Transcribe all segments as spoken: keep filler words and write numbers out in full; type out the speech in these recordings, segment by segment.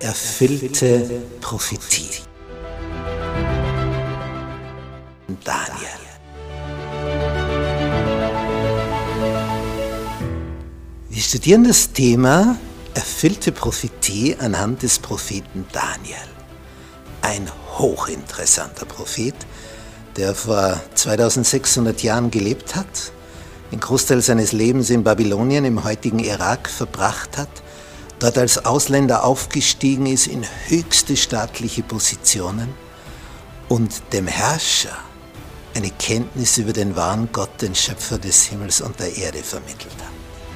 erfüllte Prophetie. Daniel. Wir studieren das Thema erfüllte Prophetie anhand des Propheten Daniel. Ein hochinteressanter Prophet, der vor zweitausendsechshundert Jahren gelebt hat, den Großteil seines Lebens in Babylonien im heutigen Irak verbracht hat, dort als Ausländer aufgestiegen ist in höchste staatliche Positionen und dem Herrscher eine Kenntnis über den wahren Gott, den Schöpfer des Himmels und der Erde, vermittelt hat.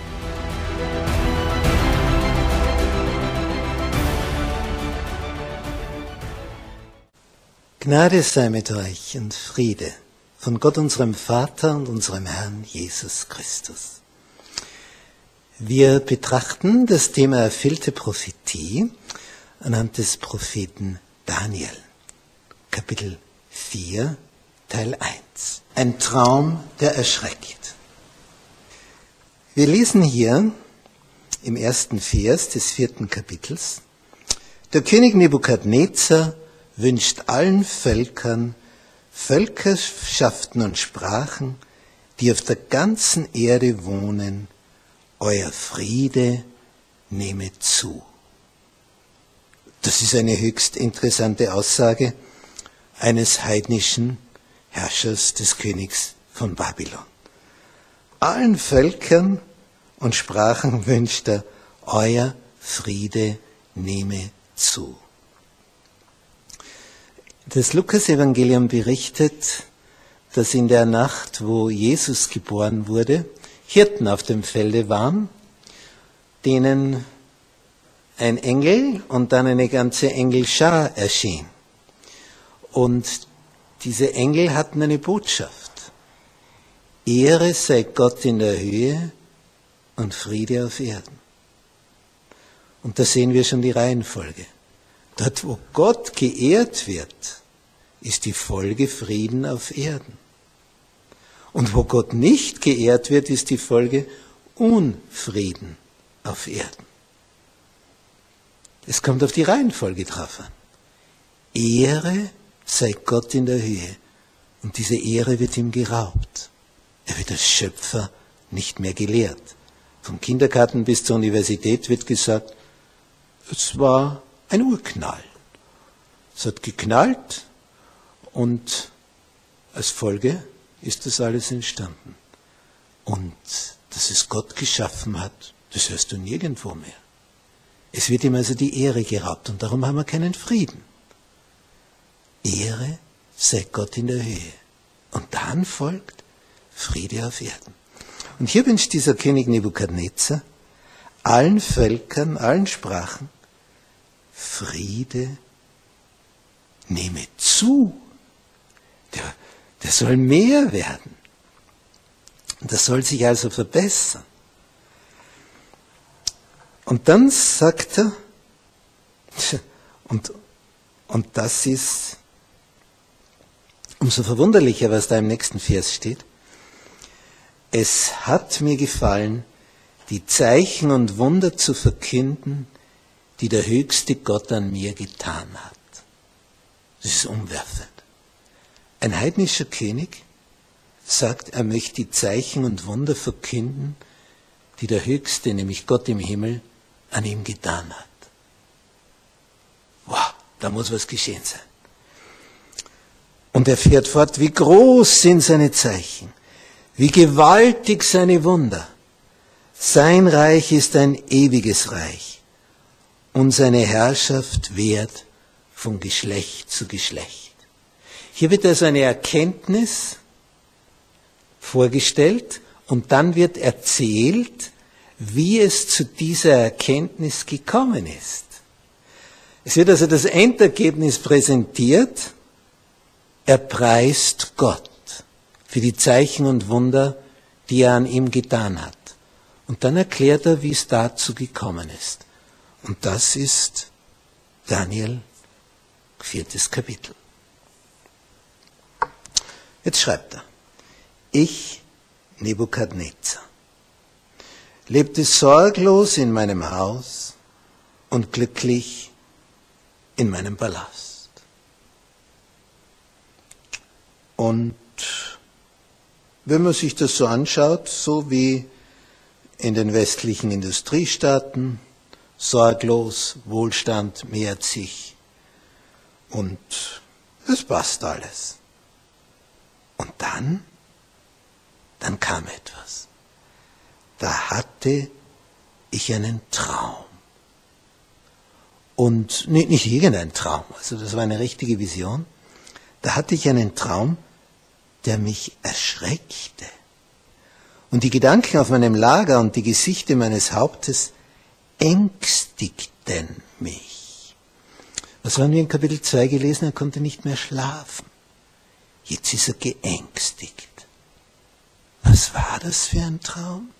Gnade sei mit euch und Friede von Gott unserem Vater und unserem Herrn Jesus Christus. Wir betrachten das Thema erfüllte Prophetie anhand des Propheten Daniel, Kapitel vier, Teil eins. Ein Traum, der erschreckt. Wir lesen hier im ersten Vers des vierten Kapitels: Der König Nebukadnezar wünscht allen Völkern, Völkerschaften und Sprachen, die auf der ganzen Erde wohnen, euer Friede nehme zu. Das ist eine höchst interessante Aussage eines heidnischen Herrschers des Königs von Babylon. Allen Völkern und Sprachen wünscht er, euer Friede nehme zu. Das Lukas-Evangelium berichtet, dass in der Nacht, wo Jesus geboren wurde, Hirten auf dem Felde waren, denen ein Engel und dann eine ganze Engelschar erschien. Und diese Engel hatten eine Botschaft: Ehre sei Gott in der Höhe und Friede auf Erden. Und da sehen wir schon die Reihenfolge. Dort, wo Gott geehrt wird, ist die Folge Frieden auf Erden. Und wo Gott nicht geehrt wird, ist die Folge Unfrieden auf Erden. Es kommt auf die Reihenfolge drauf an. Ehre sei Gott in der Höhe. Und diese Ehre wird ihm geraubt. Er wird als Schöpfer nicht mehr gelehrt. Vom Kindergarten bis zur Universität wird gesagt, es war ein Urknall. Es hat geknallt und als Folge ist das alles entstanden. Und dass es Gott geschaffen hat, das hörst du nirgendwo mehr. Es wird ihm also die Ehre geraubt und darum haben wir keinen Frieden. Ehre sei Gott in der Höhe. Und dann folgt Friede auf Erden. Und hier wünscht dieser König Nebukadnezar allen Völkern, allen Sprachen, Friede nehme zu. Der, der soll mehr werden. Und das soll sich also verbessern. Und dann sagt er, und, und das ist umso verwunderlicher, was da im nächsten Vers steht: Es hat mir gefallen, die Zeichen und Wunder zu verkünden, die der höchste Gott an mir getan hat. Das ist umwerfend. Ein heidnischer König sagt, er möchte die Zeichen und Wunder verkünden, die der Höchste, nämlich Gott im Himmel, an ihm getan hat. Wow, da muss was geschehen sein. Und er fährt fort, wie groß sind seine Zeichen, wie gewaltig seine Wunder. Sein Reich ist ein ewiges Reich und seine Herrschaft währt von Geschlecht zu Geschlecht. Hier wird also eine Erkenntnis vorgestellt und dann wird erzählt, wie es zu dieser Erkenntnis gekommen ist. Es wird also das Endergebnis präsentiert. Er preist Gott für die Zeichen und Wunder, die er an ihm getan hat. Und dann erklärt er, wie es dazu gekommen ist. Und das ist Daniel, viertes Kapitel. Jetzt schreibt er: Ich, Nebukadnezar, lebte sorglos in meinem Haus und glücklich in meinem Palast. Und wenn man sich das so anschaut, so wie in den westlichen Industriestaaten, sorglos, Wohlstand mehrt sich und es passt alles. Und dann, dann kam etwas. Da hatte ich einen Traum. Und nicht, nicht irgendein Traum, also das war eine richtige Vision. Da hatte ich einen Traum, der mich erschreckte. Und die Gedanken auf meinem Lager und die Gesichter meines Hauptes ängstigten mich. Was haben wir in Kapitel zwei gelesen? Er konnte nicht mehr schlafen. Jetzt ist er geängstigt. Was war das für ein Traum?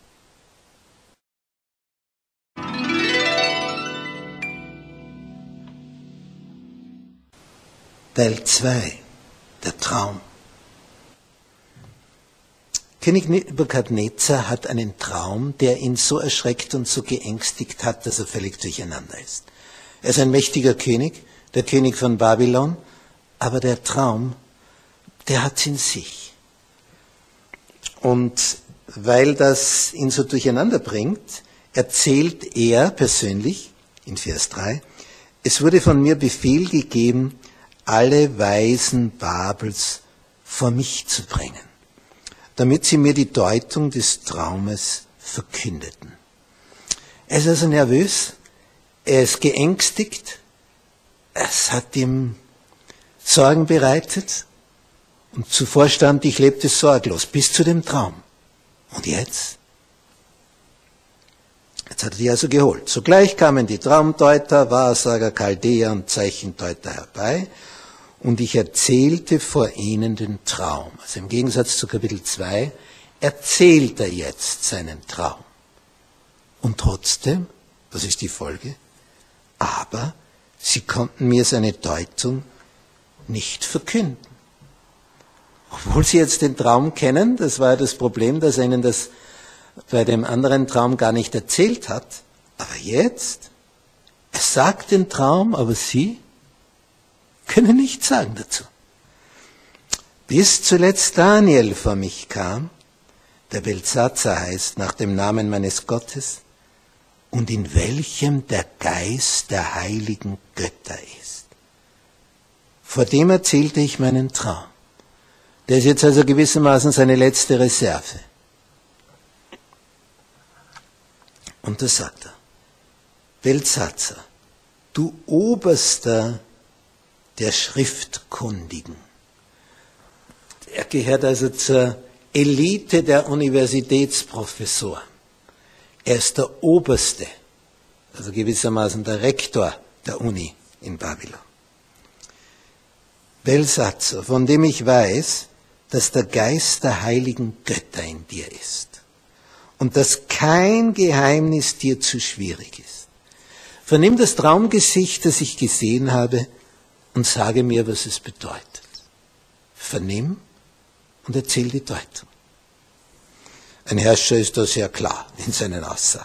Teil zwei, der Traum. König Nebukadnezar hat einen Traum, der ihn so erschreckt und so geängstigt hat, dass er völlig durcheinander ist. Er ist ein mächtiger König, der König von Babylon, aber der Traum, der hat's in sich. Und weil das ihn so durcheinander bringt, erzählt er persönlich, in Vers drei, es wurde von mir Befehl gegeben, alle Weisen Babels vor mich zu bringen, damit sie mir die Deutung des Traumes verkündeten. Er ist also nervös, er ist geängstigt, es hat ihm Sorgen bereitet und zuvor stand, ich lebte sorglos bis zu dem Traum. Und jetzt? Jetzt hat er die also geholt. Sogleich kamen die Traumdeuter, Wahrsager, Chaldeer und Zeichendeuter herbei und ich erzählte vor ihnen den Traum. Also im Gegensatz zu Kapitel zwei erzählt er jetzt seinen Traum. Und trotzdem, das ist die Folge, aber sie konnten mir seine Deutung nicht verkünden. Obwohl sie jetzt den Traum kennen, das war ja das Problem, dass er ihnen das bei dem anderen Traum gar nicht erzählt hat. Aber jetzt, er sagt den Traum, aber sie können nichts sagen dazu. Bis zuletzt Daniel vor mich kam, der Beltsatzar heißt, nach dem Namen meines Gottes, und in welchem der Geist der heiligen Götter ist. Vor dem erzählte ich meinen Traum. Der ist jetzt also gewissermaßen seine letzte Reserve. Und da sagt er, Beltsatzar, du Oberster der Schriftkundigen. Er gehört also zur Elite der Universitätsprofessoren. Er ist der Oberste, also gewissermaßen der Rektor der Uni in Babylon. Beltsatzar, von dem ich weiß, dass der Geist der heiligen Götter in dir ist und dass kein Geheimnis dir zu schwierig ist. Vernimm das Traumgesicht, das ich gesehen habe, und sage mir, was es bedeutet. Vernimm und erzähl die Deutung. Ein Herrscher ist da sehr klar in seinen Aussagen.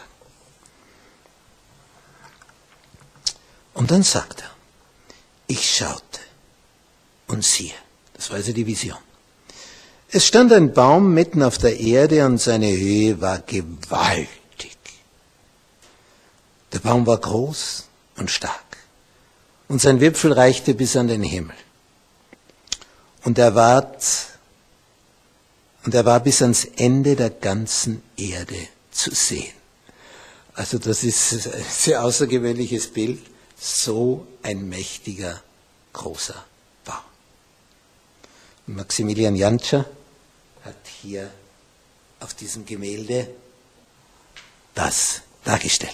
Und dann sagt er, ich schaute und siehe, das war also die Vision. Es stand ein Baum mitten auf der Erde und seine Höhe war gewaltig. Der Baum war groß und stark und sein Wipfel reichte bis an den Himmel. Und er ward, und er war bis ans Ende der ganzen Erde zu sehen. Also das ist ein sehr außergewöhnliches Bild, so ein mächtiger, großer Baum. Maximilian Jantscher hat hier auf diesem Gemälde das dargestellt.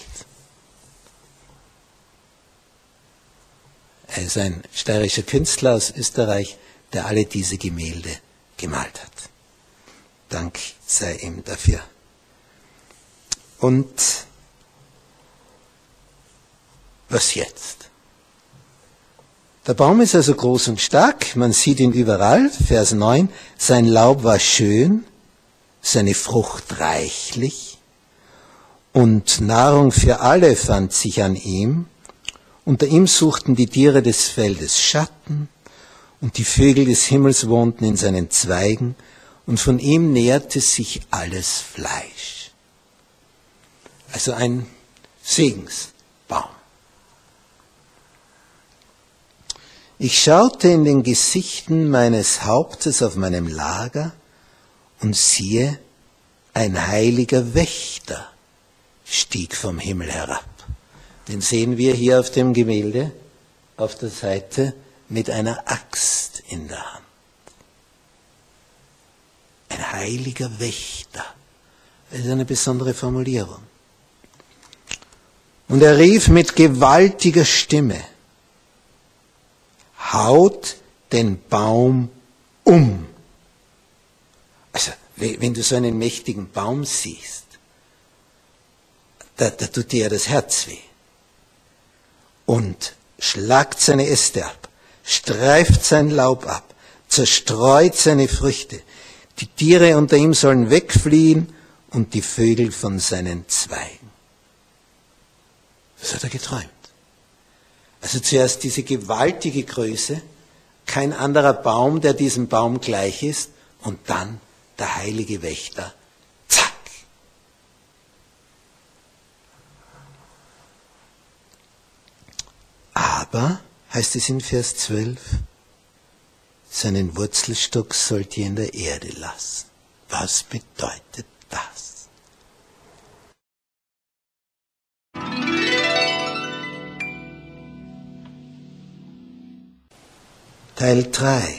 Er ist ein steirischer Künstler aus Österreich, der alle diese Gemälde gemalt hat. Dank sei ihm dafür. Und was jetzt? Der Baum ist also groß und stark, man sieht ihn überall, Vers neun, sein Laub war schön, seine Frucht reichlich und Nahrung für alle fand sich an ihm Unter ihm suchten die Tiere des Feldes Schatten und die Vögel des Himmels wohnten in seinen Zweigen und von ihm nährte sich alles Fleisch. Also ein Segensbaum. Ich schaute in den Gesichten meines Hauptes auf meinem Lager und siehe, ein heiliger Wächter stieg vom Himmel herab. Den sehen wir hier auf dem Gemälde auf der Seite mit einer Axt in der Hand. Ein heiliger Wächter. Das ist eine besondere Formulierung. Und er rief mit gewaltiger Stimme, haut den Baum um. Also, wenn du so einen mächtigen Baum siehst, da, da tut dir ja das Herz weh. Und schlagt seine Äste ab, streift sein Laub ab, zerstreut seine Früchte. Die Tiere unter ihm sollen wegfliehen und die Vögel von seinen Zweigen. Das hat er geträumt. Also zuerst diese gewaltige Größe, kein anderer Baum, der diesem Baum gleich ist, und dann der heilige Wächter. Zack! Aber, heißt es in Vers zwölf, seinen Wurzelstock sollt ihr in der Erde lassen. Was bedeutet das? Teil drei.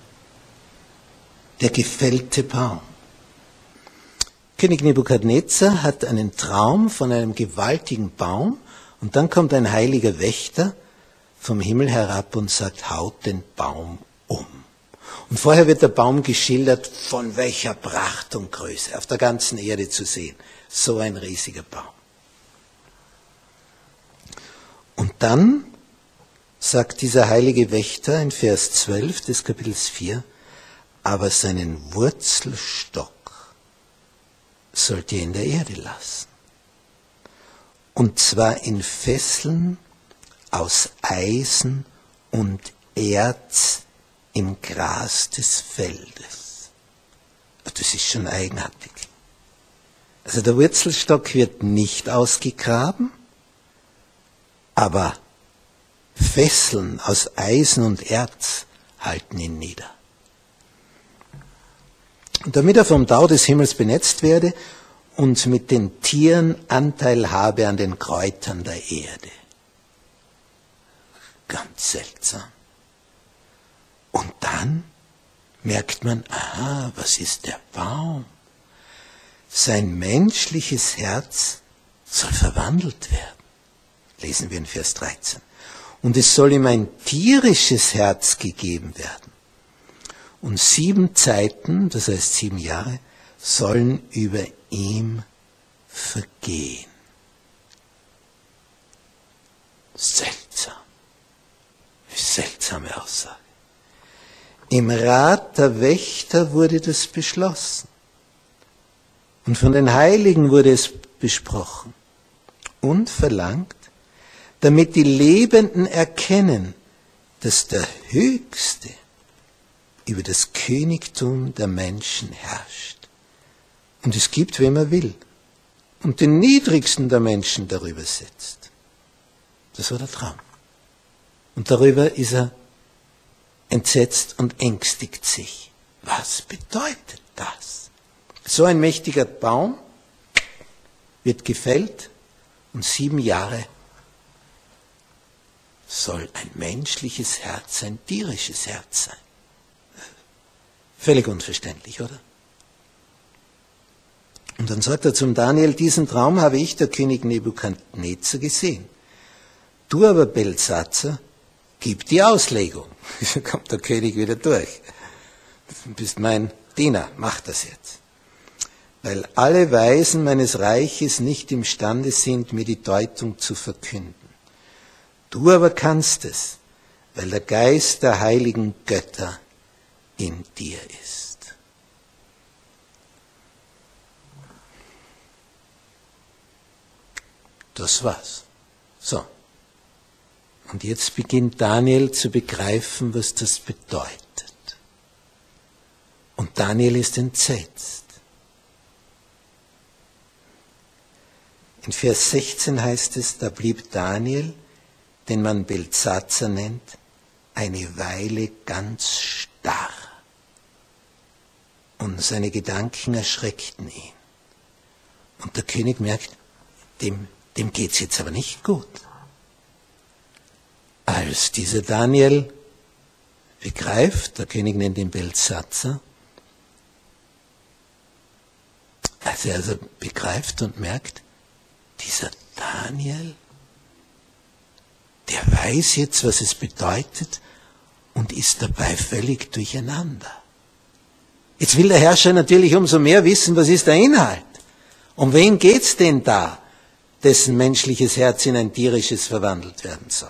Der gefällte Baum. König Nebukadnezar hat einen Traum von einem gewaltigen Baum und dann kommt ein heiliger Wächter vom Himmel herab und sagt, haut den Baum um. Und vorher wird der Baum geschildert, von welcher Pracht und Größe auf der ganzen Erde zu sehen. So ein riesiger Baum. Und dann sagt dieser heilige Wächter in Vers zwölf des Kapitels vier, aber seinen Wurzelstock sollt ihr in der Erde lassen. Und zwar in Fesseln aus Eisen und Erz im Gras des Feldes. Das ist schon eigenartig. Also der Wurzelstock wird nicht ausgegraben, aber Fesseln aus Eisen und Erz halten ihn nieder. Und damit er vom Tau des Himmels benetzt werde und mit den Tieren Anteil habe an den Kräutern der Erde. Ganz seltsam. Und dann merkt man, aha, was ist der Baum? Sein menschliches Herz soll verwandelt werden. Lesen wir in Vers dreizehn. Und es soll ihm ein tierisches Herz gegeben werden. Und sieben Zeiten, das heißt sieben Jahre, sollen über ihm vergehen. Seltsam. Eine seltsame Aussage. Im Rat der Wächter wurde das beschlossen. Und von den Heiligen wurde es besprochen und verlangt, damit die Lebenden erkennen, dass der Höchste über das Königtum der Menschen herrscht. Und es gibt, wem er will, und den Niedrigsten der Menschen darüber setzt. Das war der Traum. Und darüber ist er entsetzt und ängstigt sich. Was bedeutet das? So ein mächtiger Baum wird gefällt und sieben Jahre soll ein menschliches Herz, ein tierisches Herz sein. Völlig unverständlich, oder? Und dann sagt er zum Daniel, diesen Traum habe ich, der König Nebukadnezar, gesehen. Du aber, Belsatzar, gib die Auslegung. Da kommt der König wieder durch. Du bist mein Diener, mach das jetzt. Weil alle Weisen meines Reiches nicht imstande sind, mir die Deutung zu verkünden. Du aber kannst es, weil der Geist der heiligen Götter in dir ist. Das war's. So. Und jetzt beginnt Daniel zu begreifen, was das bedeutet. Und Daniel ist entsetzt. In Vers sechzehn heißt es, da blieb Daniel, den man Beltsatzar nennt, eine Weile ganz starr. Und seine Gedanken erschreckten ihn. Und der König merkt, dem, dem geht's jetzt aber nicht gut. Als dieser Daniel begreift, der König nennt ihn Beltsatzar, als er also begreift und merkt, dieser Daniel, der weiß jetzt, was es bedeutet und ist dabei völlig durcheinander. Jetzt will der Herrscher natürlich umso mehr wissen, was ist der Inhalt? Um wen geht's denn da, dessen menschliches Herz in ein tierisches verwandelt werden soll?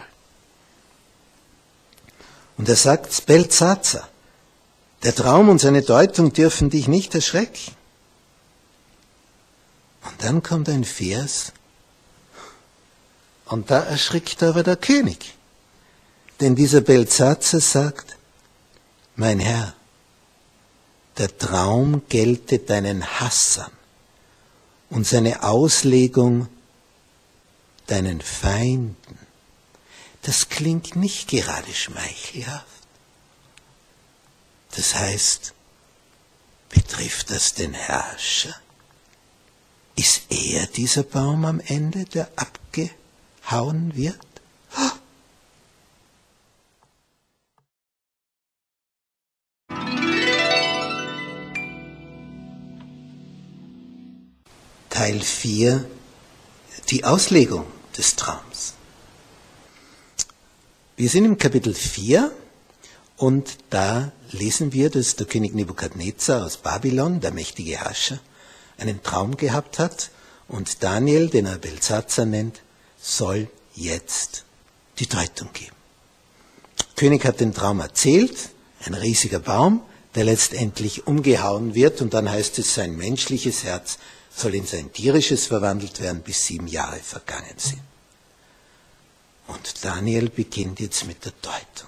Und er sagt, Beltsatzar, der Traum und seine Deutung dürfen dich nicht erschrecken. Und dann kommt ein Vers, und da erschrickt aber der König. Denn dieser Beltsatzar sagt, mein Herr, der Traum gelte deinen Hassern und seine Auslegung deinen Feinden. Das klingt nicht gerade schmeichelhaft. Das heißt, betrifft das den Herrscher? Ist er dieser Baum am Ende, der abgehauen wird? Teil vier, die Auslegung des Traums. Wir sind im Kapitel vier und da lesen wir, dass der König Nebukadnezar aus Babylon, der mächtige Herrscher, einen Traum gehabt hat und Daniel, den er Beltsatzar nennt, soll jetzt die Deutung geben. Der König hat den Traum erzählt, ein riesiger Baum, der letztendlich umgehauen wird und dann heißt es, sein menschliches Herz soll in sein tierisches verwandelt werden, bis sieben Jahre vergangen sind. Und Daniel beginnt jetzt mit der Deutung.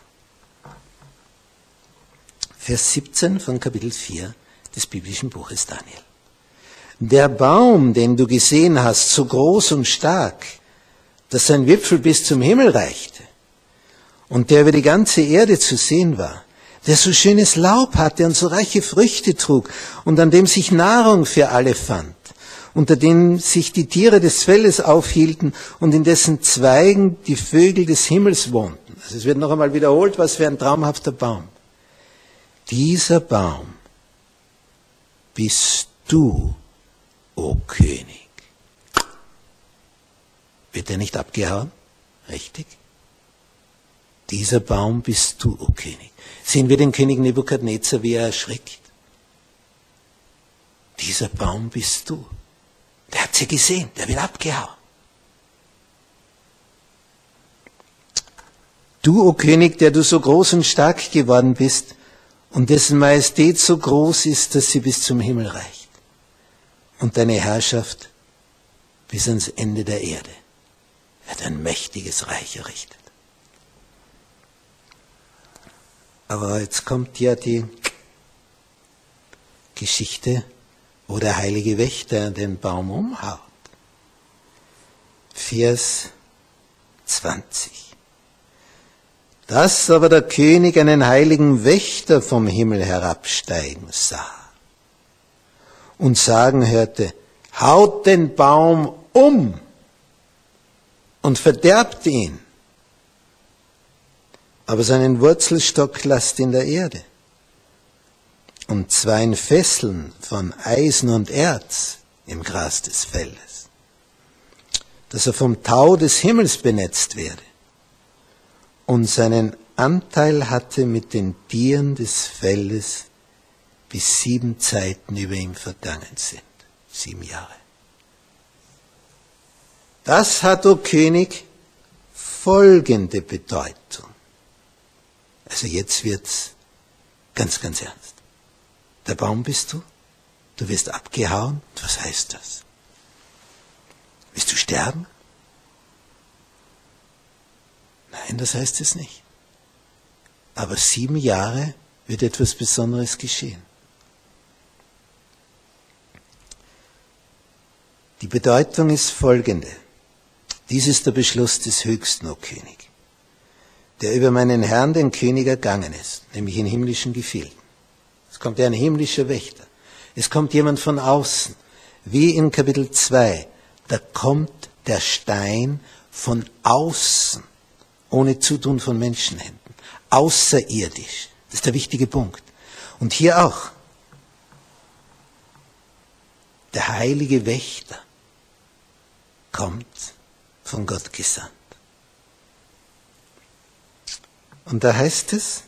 Vers siebzehn von Kapitel vier des biblischen Buches Daniel. Der Baum, den du gesehen hast, so groß und stark, dass sein Wipfel bis zum Himmel reichte und der über die ganze Erde zu sehen war, der so schönes Laub hatte und so reiche Früchte trug und an dem sich Nahrung für alle fand, unter dem sich die Tiere des Feldes aufhielten und in dessen Zweigen die Vögel des Himmels wohnten. Also es wird noch einmal wiederholt, was für ein traumhafter Baum. Dieser Baum bist du, o König. Wird er nicht abgehauen? Richtig? Dieser Baum bist du, o König. Sehen wir den König Nebukadnezar, wie er erschrickt. Dieser Baum bist du. Der hat sie gesehen, der will abgehauen. Du, o König, der du so groß und stark geworden bist und dessen Majestät so groß ist, dass sie bis zum Himmel reicht und deine Herrschaft bis ans Ende der Erde. Er hat ein mächtiges Reich errichtet. Aber jetzt kommt ja die Geschichte, wo der heilige Wächter den Baum umhaut. Vers zwanzig. Dass aber der König einen heiligen Wächter vom Himmel herabsteigen sah und sagen hörte, haut den Baum um und verderbt ihn, aber seinen Wurzelstock lasst in der Erde. Und zwei Fesseln von Eisen und Erz im Gras des Feldes, dass er vom Tau des Himmels benetzt werde und seinen Anteil hatte mit den Tieren des Feldes, bis sieben Zeiten über ihm vergangen sind. Sieben Jahre. Das hat, o König, folgende Bedeutung. Also jetzt wird's ganz, ganz ernst. Der Baum bist du, du wirst abgehauen. Und was heißt das? Willst du sterben? Nein, das heißt es nicht. Aber sieben Jahre wird etwas Besonderes geschehen. Die Bedeutung ist folgende. Dies ist der Beschluss des Höchsten, o König, der über meinen Herrn, den König, ergangen ist, nämlich in himmlischen Gefilden. Es kommt ein himmlischer Wächter. Es kommt jemand von außen, wie in Kapitel zwei. Da kommt der Stein von außen, ohne Zutun von Menschenhänden, außerirdisch. Das ist der wichtige Punkt. Und hier auch. Der heilige Wächter kommt von Gott gesandt. Und da heißt es,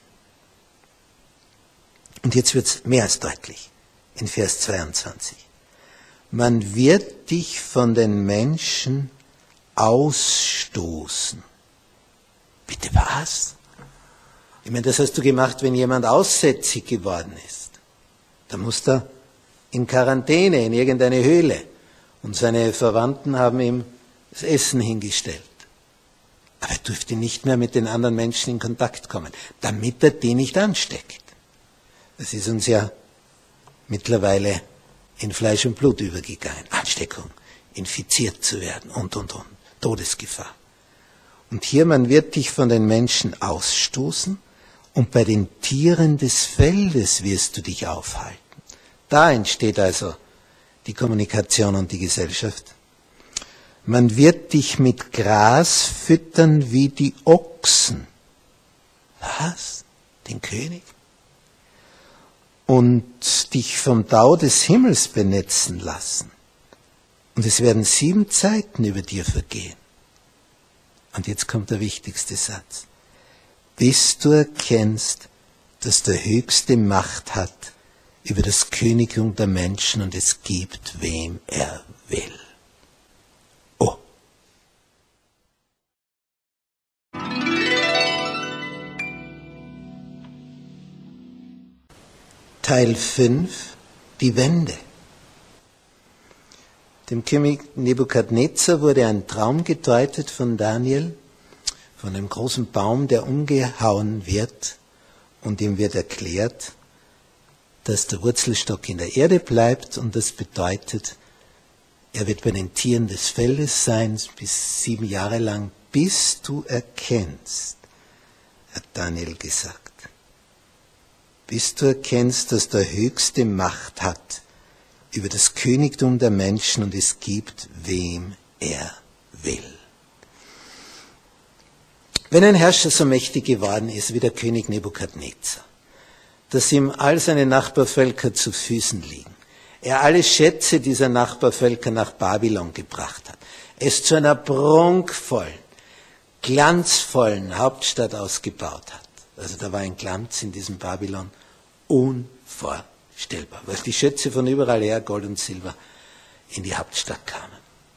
und jetzt wird es mehr als deutlich, in Vers zweiundzwanzig, man wird dich von den Menschen ausstoßen. Bitte was? Ich meine, das hast du gemacht, wenn jemand aussätzig geworden ist. Da muss er in Quarantäne, in irgendeine Höhle. Und seine Verwandten haben ihm das Essen hingestellt. Aber er durfte nicht mehr mit den anderen Menschen in Kontakt kommen, damit er die nicht ansteckt. Das ist uns ja mittlerweile in Fleisch und Blut übergegangen. Ansteckung, infiziert zu werden und, und, und. Todesgefahr. Und hier, man wird dich von den Menschen ausstoßen und bei den Tieren des Feldes wirst du dich aufhalten. Da entsteht also die Kommunikation und die Gesellschaft. Man wird dich mit Gras füttern wie die Ochsen. Was? Den König? Und dich vom Tau des Himmels benetzen lassen. Und es werden sieben Zeiten über dir vergehen. Und jetzt kommt der wichtigste Satz. Bis du erkennst, dass der Höchste Macht hat über das Königtum der Menschen und es gibt, wem er will. Oh. Teil fünf, die Wende. Dem König Nebukadnezar wurde ein Traum gedeutet von Daniel, von einem großen Baum, der umgehauen wird, und ihm wird erklärt, dass der Wurzelstock in der Erde bleibt, und das bedeutet, er wird bei den Tieren des Feldes sein, bis sieben Jahre lang, bis du erkennst, hat Daniel gesagt, bis du erkennst, dass der Höchste Macht hat über das Königtum der Menschen und es gibt, wem er will. Wenn ein Herrscher so mächtig geworden ist wie der König Nebukadnezar, dass ihm all seine Nachbarvölker zu Füßen liegen, er alle Schätze dieser Nachbarvölker nach Babylon gebracht hat, es zu einer prunkvollen, glanzvollen Hauptstadt ausgebaut hat. Also da war ein Glanz in diesem Babylon unvorstellbar, weil die Schätze von überall her, Gold und Silber, in die Hauptstadt kamen.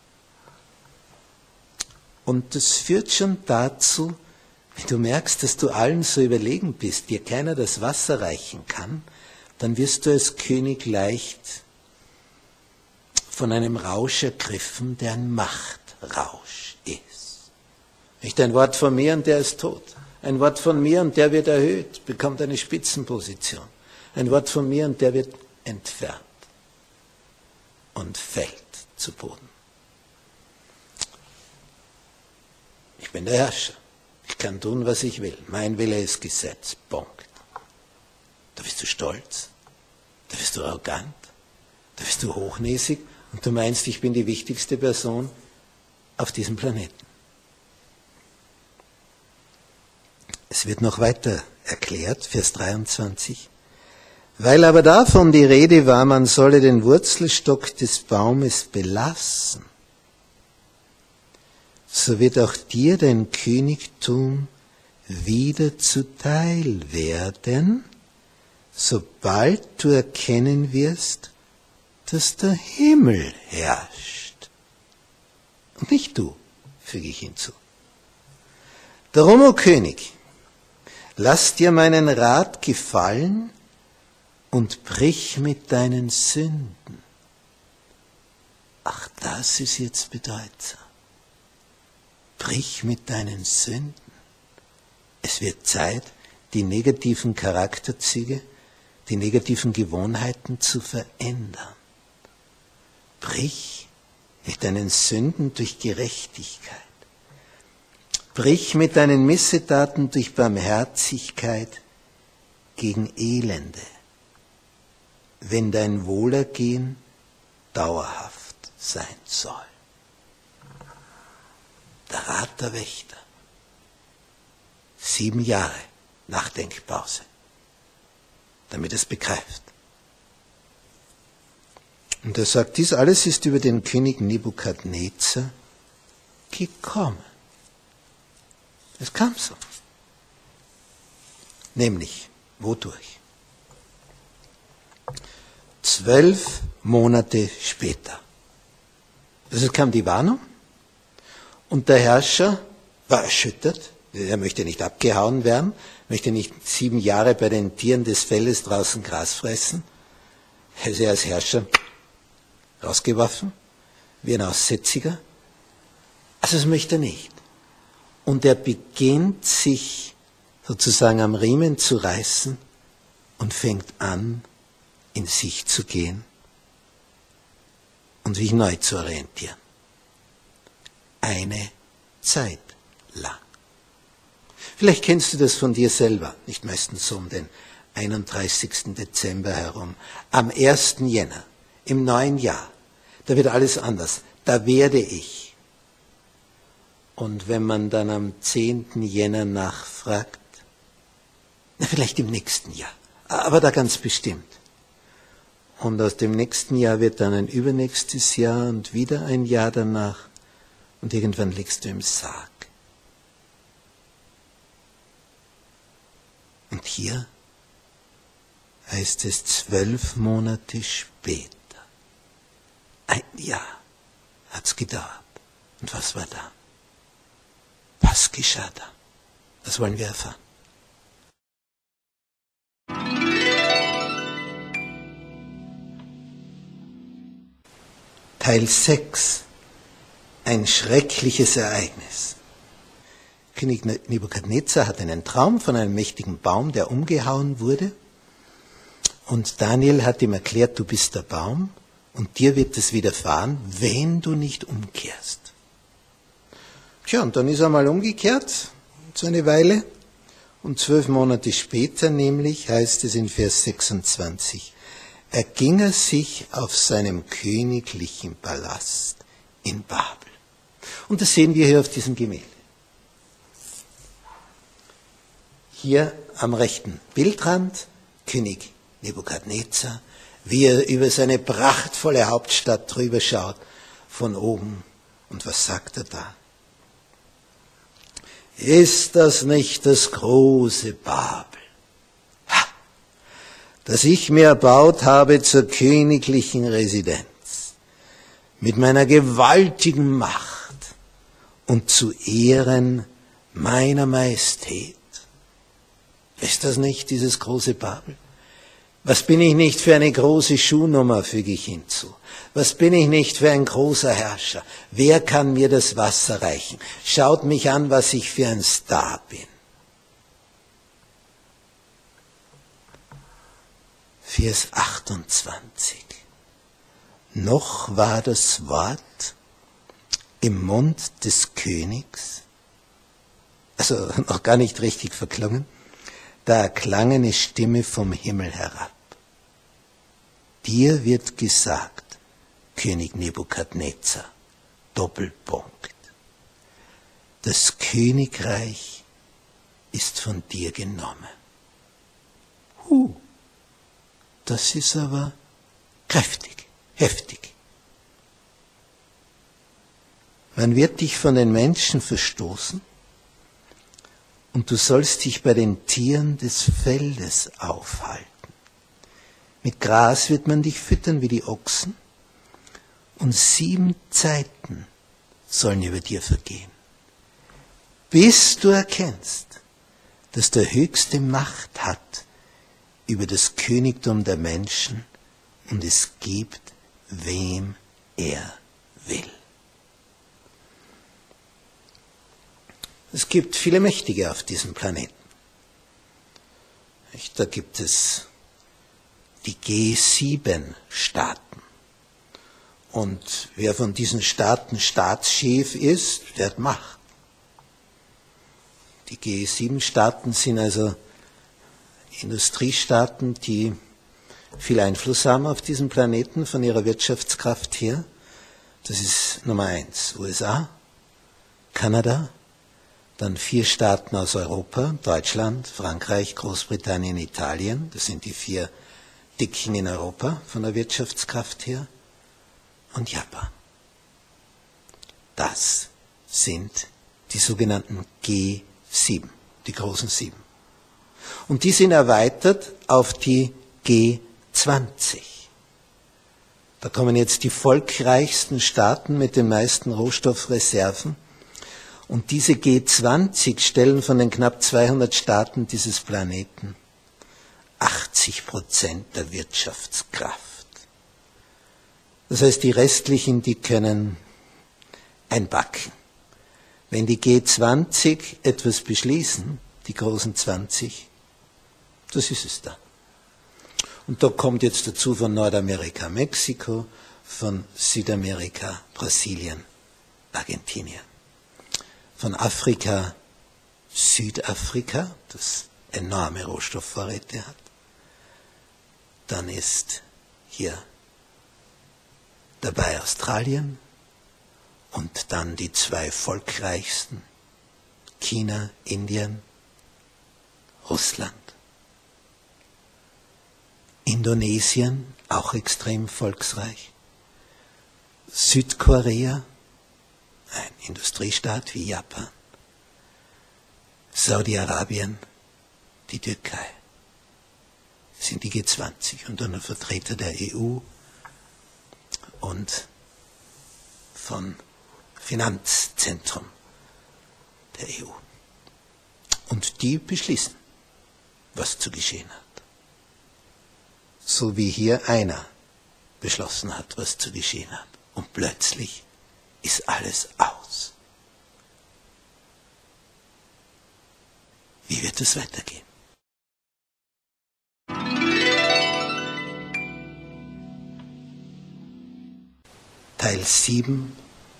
Und das führt schon dazu, wenn du merkst, dass du allen so überlegen bist, dir keiner das Wasser reichen kann, dann wirst du als König leicht von einem Rausch ergriffen, der ein Machtrausch ist. Nicht ein Wort von mir und der ist tot. Ein Wort von mir und der wird erhöht, bekommt eine Spitzenposition. Ein Wort von mir und der wird entfernt und fällt zu Boden. Ich bin der Herrscher. Ich kann tun, was ich will. Mein Wille ist Gesetz. Punkt. Da bist du stolz. Da bist du arrogant. Da bist du hochnäsig und du meinst, ich bin die wichtigste Person auf diesem Planeten. Es wird noch weiter erklärt, Vers dreiundzwanzig. Weil aber davon die Rede war, man solle den Wurzelstock des Baumes belassen, so wird auch dir dein Königtum wieder zuteil werden, sobald du erkennen wirst, dass der Himmel herrscht. Und nicht du, füge ich hinzu. Darum, o König, lass dir meinen Rat gefallen und brich mit deinen Sünden. Ach, das ist jetzt bedeutsam. Brich mit deinen Sünden. Es wird Zeit, die negativen Charakterzüge, die negativen Gewohnheiten zu verändern. Brich mit deinen Sünden durch Gerechtigkeit. Brich mit deinen Missetaten durch Barmherzigkeit gegen Elende, wenn dein Wohlergehen dauerhaft sein soll. Der Rat der Wächter. Sieben Jahre Nachdenkpause, damit es begreift. Und er sagt, dies alles ist über den König Nebukadnezar gekommen. Es kam so. Nämlich, wodurch? Zwölf Monate später. Also es kam die Warnung und der Herrscher war erschüttert. Er möchte nicht abgehauen werden, möchte nicht sieben Jahre bei den Tieren des Feldes draußen Gras fressen. Er ist ja als Herrscher rausgeworfen, wie ein Aussätziger. Also das möchte er nicht. Und er beginnt sich sozusagen am Riemen zu reißen und fängt an, in sich zu gehen und sich neu zu orientieren. Eine Zeit lang. Vielleicht kennst du das von dir selber, nicht meistens so um den einunddreißigsten Dezember herum, am ersten Jänner, im neuen Jahr, da wird alles anders, da werde ich. Und wenn man dann am zehnten Jänner nachfragt, na vielleicht im nächsten Jahr, aber da ganz bestimmt. Und aus dem nächsten Jahr wird dann ein übernächstes Jahr und wieder ein Jahr danach und irgendwann liegst du im Sarg. Und hier heißt es zwölf Monate später. Ein Jahr hat's gedauert. Und was war da? Was geschah da? Das wollen wir erfahren. Teil sechs. Ein schreckliches Ereignis. König Nebukadnezar hat einen Traum von einem mächtigen Baum, der umgehauen wurde. Und Daniel hat ihm erklärt, du bist der Baum und dir wird es widerfahren, wenn du nicht umkehrst. Tja, und dann ist er mal umgekehrt, so eine Weile. Und zwölf Monate später nämlich, heißt es in Vers sechsundzwanzig, erging er sich auf seinem königlichen Palast in Babel. Und das sehen wir hier auf diesem Gemälde. Hier am rechten Bildrand, König Nebukadnezar, wie er über seine prachtvolle Hauptstadt drüber schaut, von oben. Und was sagt er da? Ist das nicht das große Babel, ha, das ich mir erbaut habe zur königlichen Residenz, mit meiner gewaltigen Macht und zu Ehren meiner Majestät? Ist das nicht dieses große Babel? Was bin ich nicht für eine große Schuhnummer, füge ich hinzu. Was bin ich nicht für ein großer Herrscher? Wer kann mir das Wasser reichen? Schaut mich an, was ich für ein Star bin. Vers achtundzwanzig. Noch war das Wort im Mund des Königs, also noch gar nicht richtig verklungen, da erklang eine Stimme vom Himmel herab. Dir wird gesagt, König Nebukadnezar, Doppelpunkt. Das Königreich ist von dir genommen. Huh, das ist aber kräftig, heftig. Man wird dich von den Menschen verstoßen und du sollst dich bei den Tieren des Feldes aufhalten. Mit Gras wird man dich füttern wie die Ochsen und sieben Zeiten sollen über dir vergehen, bis du erkennst, dass der Höchste Macht hat über das Königtum der Menschen und es gibt, wem er will. Es gibt viele Mächtige auf diesem Planeten. Da gibt es die G sieben Staaten. Und wer von diesen Staaten Staatschef ist, der hat Macht. Die G sieben Staaten sind also Industriestaaten, die viel Einfluss haben auf diesem Planeten von ihrer Wirtschaftskraft her. Das ist Nummer eins, U S A, Kanada, dann vier Staaten aus Europa, Deutschland, Frankreich, Großbritannien, Italien. Das sind die vier Dicken in Europa von der Wirtschaftskraft her. Und Japan. Das sind die sogenannten G sieben, die großen sieben. Und die sind erweitert auf die G zwanzig. Da kommen jetzt die volkreichsten Staaten mit den meisten Rohstoffreserven. Und diese G zwanzig stellen von den knapp zweihundert Staaten dieses Planeten achtzig Prozent der Wirtschaftskraft. Das heißt, die restlichen, die können einpacken. Wenn die G zwanzig etwas beschließen, die großen zwanzig, das ist es dann. Und da kommt jetzt dazu von Nordamerika Mexiko, von Südamerika Brasilien, Argentinien. Von Afrika Südafrika, das enorme Rohstoffvorräte hat. Dann ist hier dabei Australien und dann die zwei volkreichsten, China, Indien, Russland. Indonesien, auch extrem volksreich. Südkorea, ein Industriestaat wie Japan. Saudi-Arabien, die Türkei. Das sind die G zwanzig und dann ein Vertreter der E U und von Finanzzentrum der E U. Und die beschließen, was zu geschehen hat. So wie hier einer beschlossen hat, was zu geschehen hat. Und plötzlich ist alles aus. Wie wird es weitergehen? Teil sieben.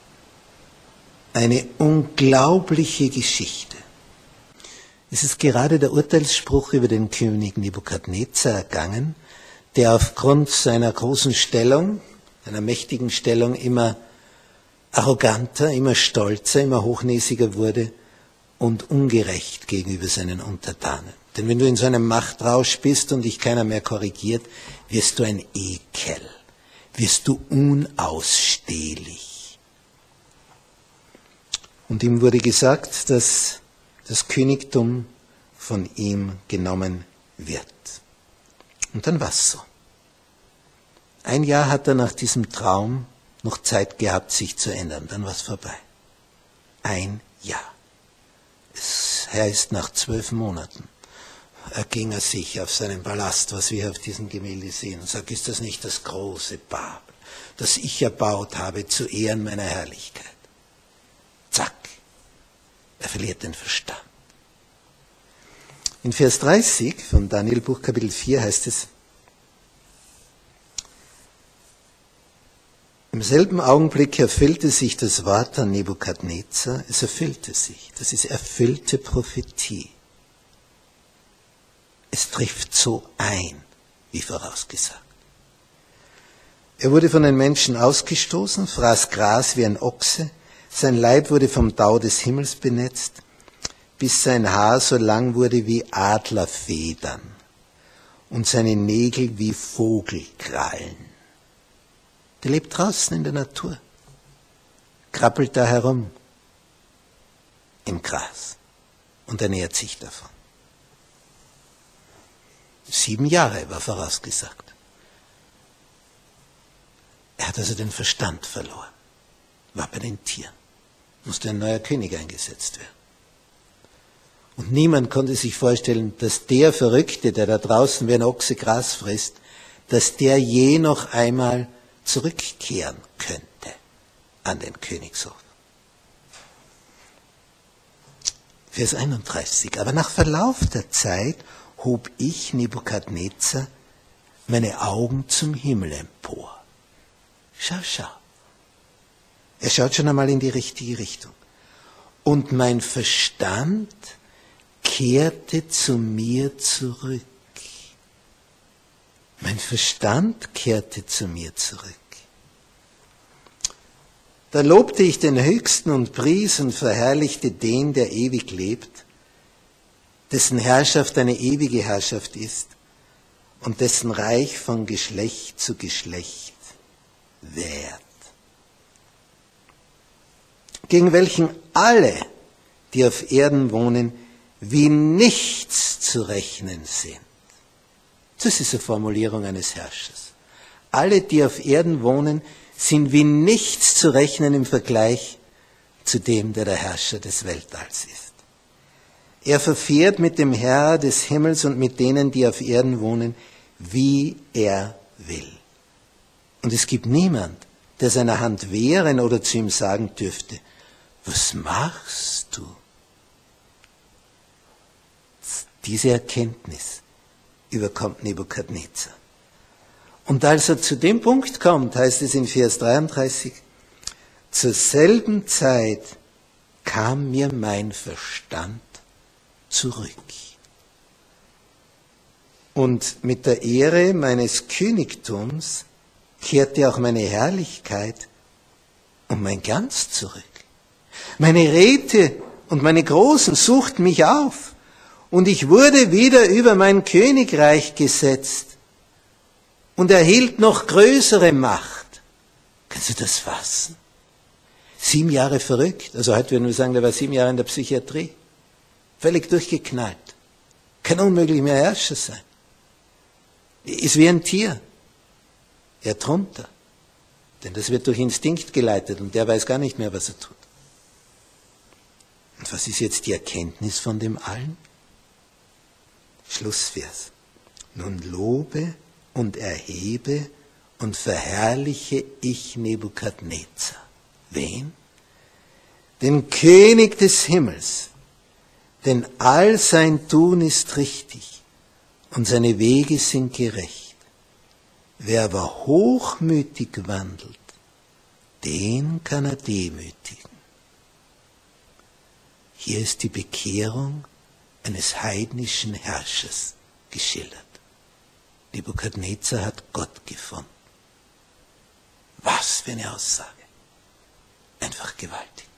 Eine unglaubliche Geschichte. Es ist gerade der Urteilsspruch über den König Nebukadnezar ergangen, der aufgrund seiner großen Stellung, einer mächtigen Stellung, immer arroganter, immer stolzer, immer hochnäsiger wurde und ungerecht gegenüber seinen Untertanen. Denn wenn du in so einem Machtrausch bist und dich keiner mehr korrigiert, wirst du ein Ekel, wirst du unausstehlich. Und ihm wurde gesagt, dass das Königtum von ihm genommen wird. Und dann war es so. Ein Jahr hat er nach diesem Traum noch Zeit gehabt, sich zu ändern. Dann war es vorbei. Ein Jahr. Es heißt, nach zwölf Monaten erging er sich auf seinen Palast, was wir auf diesem Gemälde sehen, und sagt, ist das nicht das große Babel, das ich erbaut habe zu Ehren meiner Herrlichkeit? Zack. Er verliert den Verstand. In Vers dreißig von Daniel Buch Kapitel vier heißt es, im selben Augenblick erfüllte sich das Wort an Nebukadnezar, es erfüllte sich, das ist erfüllte Prophetie. Es trifft so ein, wie vorausgesagt. Er wurde von den Menschen ausgestoßen, fraß Gras wie ein Ochse, sein Leib wurde vom Tau des Himmels benetzt, bis sein Haar so lang wurde wie Adlerfedern und seine Nägel wie Vogelkrallen. Der lebt draußen in der Natur, krabbelt da herum im Gras und ernährt sich davon. Sieben Jahre war vorausgesagt. Er hat also den Verstand verloren, war bei den Tieren, musste ein neuer König eingesetzt werden. Und niemand konnte sich vorstellen, dass der Verrückte, der da draußen wie ein Ochse Gras frisst, dass der je noch einmal zurückkehren könnte an den Königshof. Vers einunddreißig. Aber nach Verlauf der Zeit hob ich, Nebukadnezar, meine Augen zum Himmel empor. Schau, schau. Er schaut schon einmal in die richtige Richtung. Und mein Verstand kehrte zu mir zurück. Mein Verstand kehrte zu mir zurück. Da lobte ich den Höchsten und pries und verherrlichte den, der ewig lebt, dessen Herrschaft eine ewige Herrschaft ist und dessen Reich von Geschlecht zu Geschlecht währt. Gegen welchen alle, die auf Erden wohnen, wie nichts zu rechnen sind. Das ist eine Formulierung eines Herrschers. Alle, die auf Erden wohnen, sind wie nichts zu rechnen im Vergleich zu dem, der der Herrscher des Weltalls ist. Er verfährt mit dem Herr des Himmels und mit denen, die auf Erden wohnen, wie er will. Und es gibt niemand, der seiner Hand wehren oder zu ihm sagen dürfte, was machst du? Diese Erkenntnis überkommt Nebukadnezar. Und als er zu dem Punkt kommt, heißt es in Vers dreiunddreißig, zur selben Zeit kam mir mein Verstand zurück. Und mit der Ehre meines Königtums kehrte auch meine Herrlichkeit und mein Glanz zurück. Meine Räte und meine Großen suchten mich auf und ich wurde wieder über mein Königreich gesetzt und erhielt noch größere Macht. Kannst du das fassen? Sieben Jahre verrückt. Also heute würden wir sagen, der war sieben Jahre in der Psychiatrie. Völlig durchgeknallt. Kann unmöglich mehr Herrscher sein. Ist wie ein Tier. Er drunter. Denn das wird durch Instinkt geleitet und der weiß gar nicht mehr, was er tut. Und was ist jetzt die Erkenntnis von dem allen? Schlussvers. Nun lobe und erhebe und verherrliche ich Nebukadnezar. Wen? Den König des Himmels, denn all sein Tun ist richtig und seine Wege sind gerecht. Wer aber hochmütig wandelt, den kann er demütigen. Hier ist die Bekehrung eines heidnischen Herrschers geschildert. Nebukadnezar hat Gott gefunden. Was für eine Aussage. Einfach gewaltig.